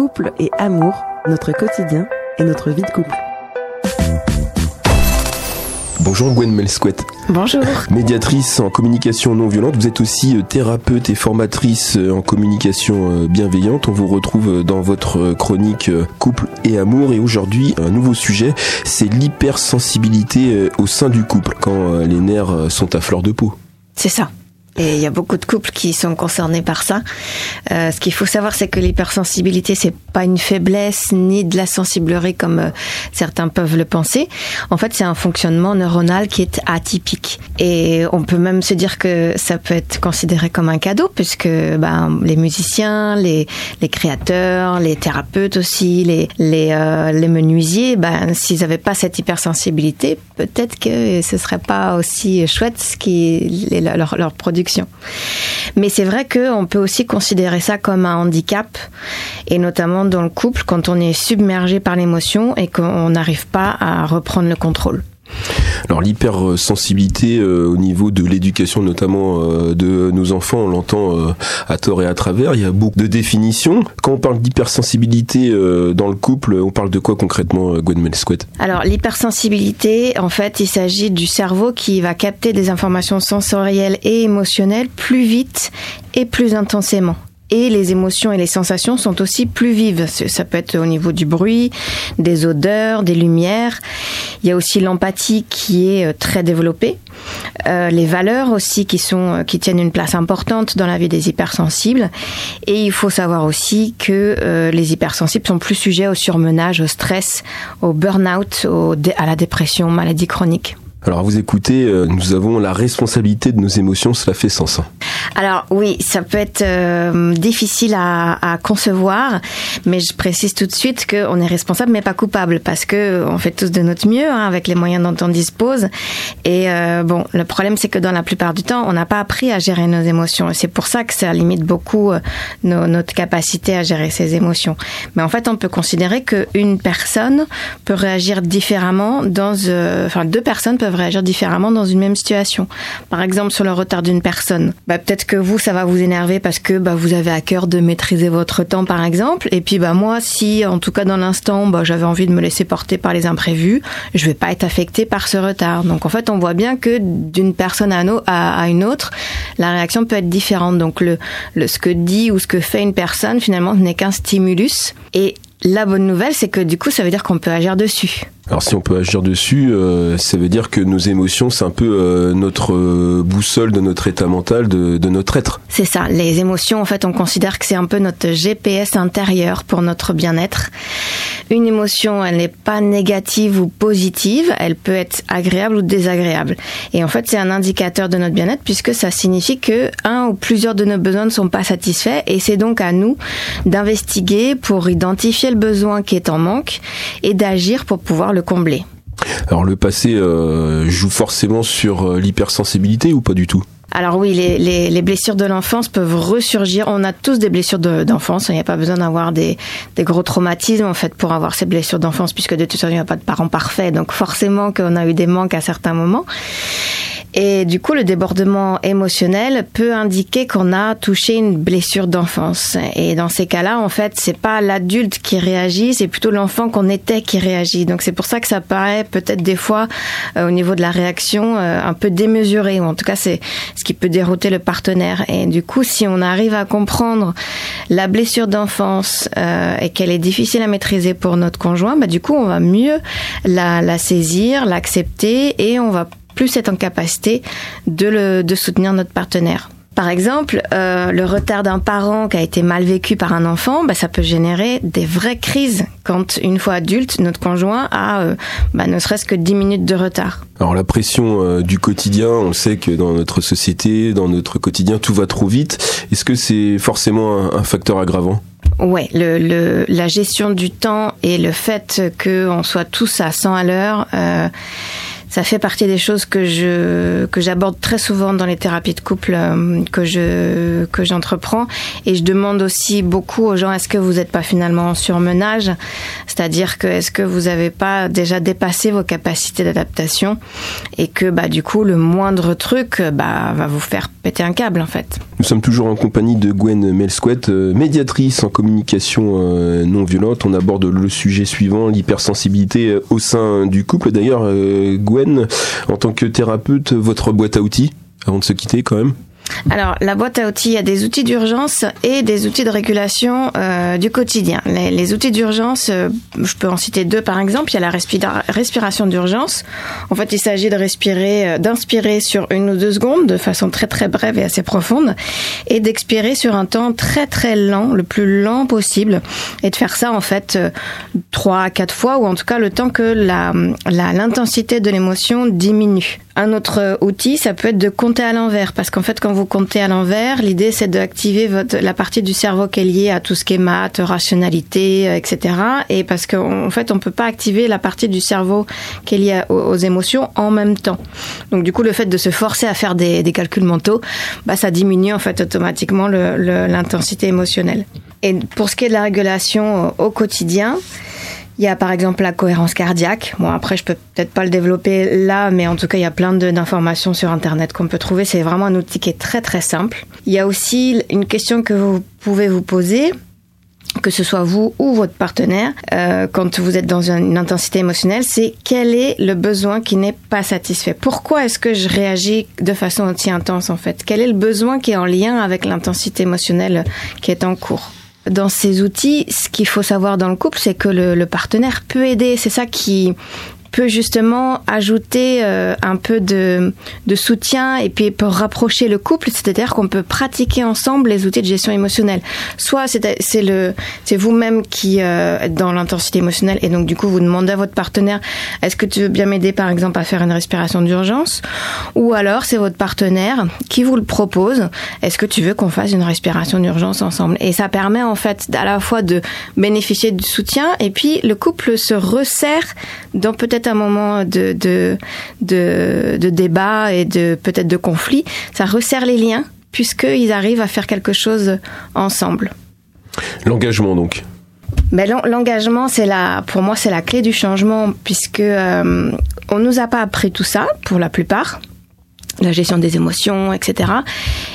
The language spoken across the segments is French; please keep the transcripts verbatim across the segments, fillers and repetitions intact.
Couple et amour, notre quotidien et notre vie de couple. Bonjour Gwen Melsquet. Bonjour. Médiatrice en communication non violente, vous êtes aussi thérapeute et formatrice en communication bienveillante. On vous retrouve dans votre chronique Couple et amour et aujourd'hui un nouveau sujet, c'est l'hypersensibilité au sein du couple quand les nerfs sont à fleur de peau. C'est ça. Et il y a beaucoup de couples qui sont concernés par ça. Euh, ce qu'il faut savoir, c'est que l'hypersensibilité, c'est pas une faiblesse ni de la sensiblerie comme euh, certains peuvent le penser. En fait, c'est un fonctionnement neuronal qui est atypique. Et on peut même se dire que ça peut être considéré comme un cadeau, puisque ben, les musiciens, les, les créateurs, les thérapeutes aussi, les, les, euh, les menuisiers, ben, s'ils n'avaient pas cette hypersensibilité, peut-être que ce serait pas aussi chouette ce qui, leur, leur production. Mais c'est vrai qu'on peut aussi considérer ça comme un handicap, et notamment dans le couple, quand on est submergé par l'émotion et qu'on n'arrive pas à reprendre le contrôle. Alors l'hypersensibilité euh, au niveau de l'éducation notamment euh, de nos enfants, on l'entend euh, à tort et à travers, il y a beaucoup de définitions. Quand on parle d'hypersensibilité euh, dans le couple, on parle de quoi concrètement, Gwen Melsquet ? Alors l'hypersensibilité, en fait, il s'agit du cerveau qui va capter des informations sensorielles et émotionnelles plus vite et plus intensément. Et les émotions et les sensations sont aussi plus vives. Ça peut être au niveau du bruit, des odeurs, des lumières. Il y a aussi l'empathie qui est très développée. Euh, les valeurs aussi qui sont qui tiennent une place importante dans la vie des hypersensibles. Et il faut savoir aussi que euh, les hypersensibles sont plus sujets au surmenage, au stress, au burn-out, au, à la dépression, maladie chronique. Alors à vous écouter, euh, nous avons la responsabilité de nos émotions, cela fait sens. Alors oui, ça peut être euh, difficile à, à concevoir, mais je précise tout de suite qu'on est responsable mais pas coupable, parce que on fait tous de notre mieux hein, avec les moyens dont on dispose. Et euh, bon, le problème c'est que dans la plupart du temps, on n'a pas appris à gérer nos émotions. Et c'est pour ça que ça limite beaucoup euh, nos, notre capacité à gérer ses émotions. Mais en fait, on peut considérer qu'une personne peut réagir différemment dans, euh, enfin deux personnes peuvent réagir différemment dans une même situation. Par exemple, sur le retard d'une personne, bah, peut-être que vous, ça va vous énerver parce que bah, vous avez à cœur de maîtriser votre temps, par exemple. Et puis bah, moi, si en tout cas dans l'instant, bah, j'avais envie de me laisser porter par les imprévus, je vais pas être affectée par ce retard. Donc en fait, on voit bien que d'une personne à, no- à, à une autre, la réaction peut être différente. Donc le, le, ce que dit ou ce que fait une personne, finalement, ce n'est qu'un stimulus. Et la bonne nouvelle, c'est que du coup, ça veut dire qu'on peut agir dessus. Alors si on peut agir dessus, euh, ça veut dire que nos émotions, c'est un peu euh, notre euh, boussole de notre état mental, de, de notre être. C'est ça, les émotions, en fait, on considère que c'est un peu notre G P S intérieur pour notre bien-être. Une émotion, elle n'est pas négative ou positive, elle peut être agréable ou désagréable. Et en fait, c'est un indicateur de notre bien-être puisque ça signifie que un ou plusieurs de nos besoins ne sont pas satisfaits, et c'est donc à nous d'investiguer pour identifier le besoin qui est en manque et d'agir pour pouvoir le combler. Alors le passé euh, joue forcément sur l'hypersensibilité ou pas du tout ? Alors oui, les, les, les blessures de l'enfance peuvent ressurgir. On a tous des blessures de, d'enfance. Il n'y a pas besoin d'avoir des, des gros traumatismes en fait pour avoir ces blessures d'enfance, puisque de toute façon il n'y a pas de parents parfaits. Donc forcément qu'on a eu des manques à certains moments. Et du coup, le débordement émotionnel peut indiquer qu'on a touché une blessure d'enfance. Et dans ces cas-là, en fait, c'est pas l'adulte qui réagit, c'est plutôt l'enfant qu'on était qui réagit. Donc c'est pour ça que ça paraît peut-être des fois, euh, au niveau de la réaction, euh, un peu démesuré. Ou en tout cas, c'est ce qui peut dérouter le partenaire. Et du coup, si on arrive à comprendre la blessure d'enfance euh, et qu'elle est difficile à maîtriser pour notre conjoint, bah du coup, on va mieux la, la saisir, l'accepter, et on va plus être en capacité de, le, de soutenir notre partenaire. Par exemple, euh, le retard d'un parent qui a été mal vécu par un enfant, bah, ça peut générer des vraies crises quand, une fois adulte, notre conjoint a euh, bah, ne serait-ce que dix minutes de retard. Alors la pression euh, du quotidien, on sait que dans notre société, dans notre quotidien, tout va trop vite. Est-ce que c'est forcément un, un facteur aggravant ? Ouais, le, le, la gestion du temps et le fait qu'on soit tous à cent à l'heure... Euh, Ça fait partie des choses que je que j'aborde très souvent dans les thérapies de couple euh, que je que j'entreprends, et je demande aussi beaucoup aux gens, est-ce que vous n'êtes pas finalement en surmenage, c'est-à-dire que est-ce que vous n'avez pas déjà dépassé vos capacités d'adaptation et que bah du coup le moindre truc bah va vous faire péter un câble en fait. Nous sommes toujours en compagnie de Gwen Melsquet, euh, médiatrice en communication euh, non violente. On aborde le sujet suivant, l'hypersensibilité euh, au sein du couple. D'ailleurs, euh, Gwen, en tant que thérapeute, votre boîte à outils, avant de se quitter quand même? Alors, la boîte à outils, il y a des outils d'urgence et des outils de régulation euh, du quotidien. Les, les outils d'urgence, euh, je peux en citer deux par exemple. Il y a la respira- respiration d'urgence. En fait, il s'agit de respirer, euh, d'inspirer sur une ou deux secondes de façon très très brève et assez profonde, et d'expirer sur un temps très très lent, le plus lent possible, et de faire ça en fait euh, trois à quatre fois, ou en tout cas le temps que la, la l'intensité de l'émotion diminue. Un autre outil, ça peut être de compter à l'envers, parce qu'en fait, quand vous comptez à l'envers, l'idée c'est d'activer votre, la partie du cerveau qui est liée à tout ce qui est maths, rationalité, et cetera. Et parce qu'en fait, on peut pas activer la partie du cerveau qui est liée aux, aux émotions en même temps. Donc du coup, le fait de se forcer à faire des, des calculs mentaux, bah ça diminue en fait automatiquement le, le, l'intensité émotionnelle. Et pour ce qui est de la régulation au, au quotidien, il y a par exemple la cohérence cardiaque. Bon, après, je peux peut-être pas le développer là, mais en tout cas, il y a plein de, d'informations sur Internet qu'on peut trouver. C'est vraiment un outil qui est très, très simple. Il y a aussi une question que vous pouvez vous poser, que ce soit vous ou votre partenaire, euh, quand vous êtes dans une intensité émotionnelle, c'est quel est le besoin qui n'est pas satisfait? Pourquoi est-ce que je réagis de façon aussi intense, en fait? Quel est le besoin qui est en lien avec l'intensité émotionnelle qui est en cours? Dans ces outils, ce qu'il faut savoir dans le couple, c'est que le, le partenaire peut aider. C'est ça qui peut justement ajouter euh, un peu de, de soutien, et puis peut rapprocher le couple, c'est-à-dire qu'on peut pratiquer ensemble les outils de gestion émotionnelle. Soit c'est, c'est, le, c'est vous-même qui euh, êtes dans l'intensité émotionnelle, et donc du coup vous demandez à votre partenaire, est-ce que tu veux bien m'aider par exemple à faire une respiration d'urgence? Ou alors c'est votre partenaire qui vous le propose, est-ce que tu veux qu'on fasse une respiration d'urgence ensemble? Et ça permet en fait à la fois de bénéficier du soutien, et puis le couple se resserre dans peut-être un moment de, de, de, de débat et de peut-être de conflit. Ça resserre les liens puisqu'ils arrivent à faire quelque chose ensemble. L'engagement donc. Ben, l'engagement, c'est la, pour moi, c'est la clé du changement, puisque euh, on nous a pas appris tout ça pour la plupart, la gestion des émotions, et cetera.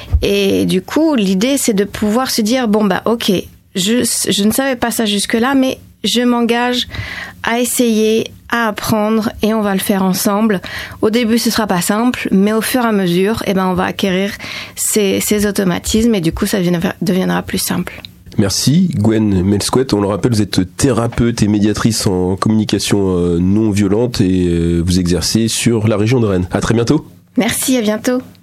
Et du coup, l'idée, c'est de pouvoir se dire bon bah ok, je je ne savais pas ça jusque-là, mais je m'engage à essayer, à apprendre, et on va le faire ensemble. Au début, ce sera pas simple, mais au fur et à mesure, eh ben, on va acquérir ces, ces automatismes, et du coup, ça deviendra, deviendra plus simple. Merci Gwen Melsquet. On le rappelle, vous êtes thérapeute et médiatrice en communication non violente, et vous exercez sur la région de Rennes. À très bientôt. Merci, à bientôt.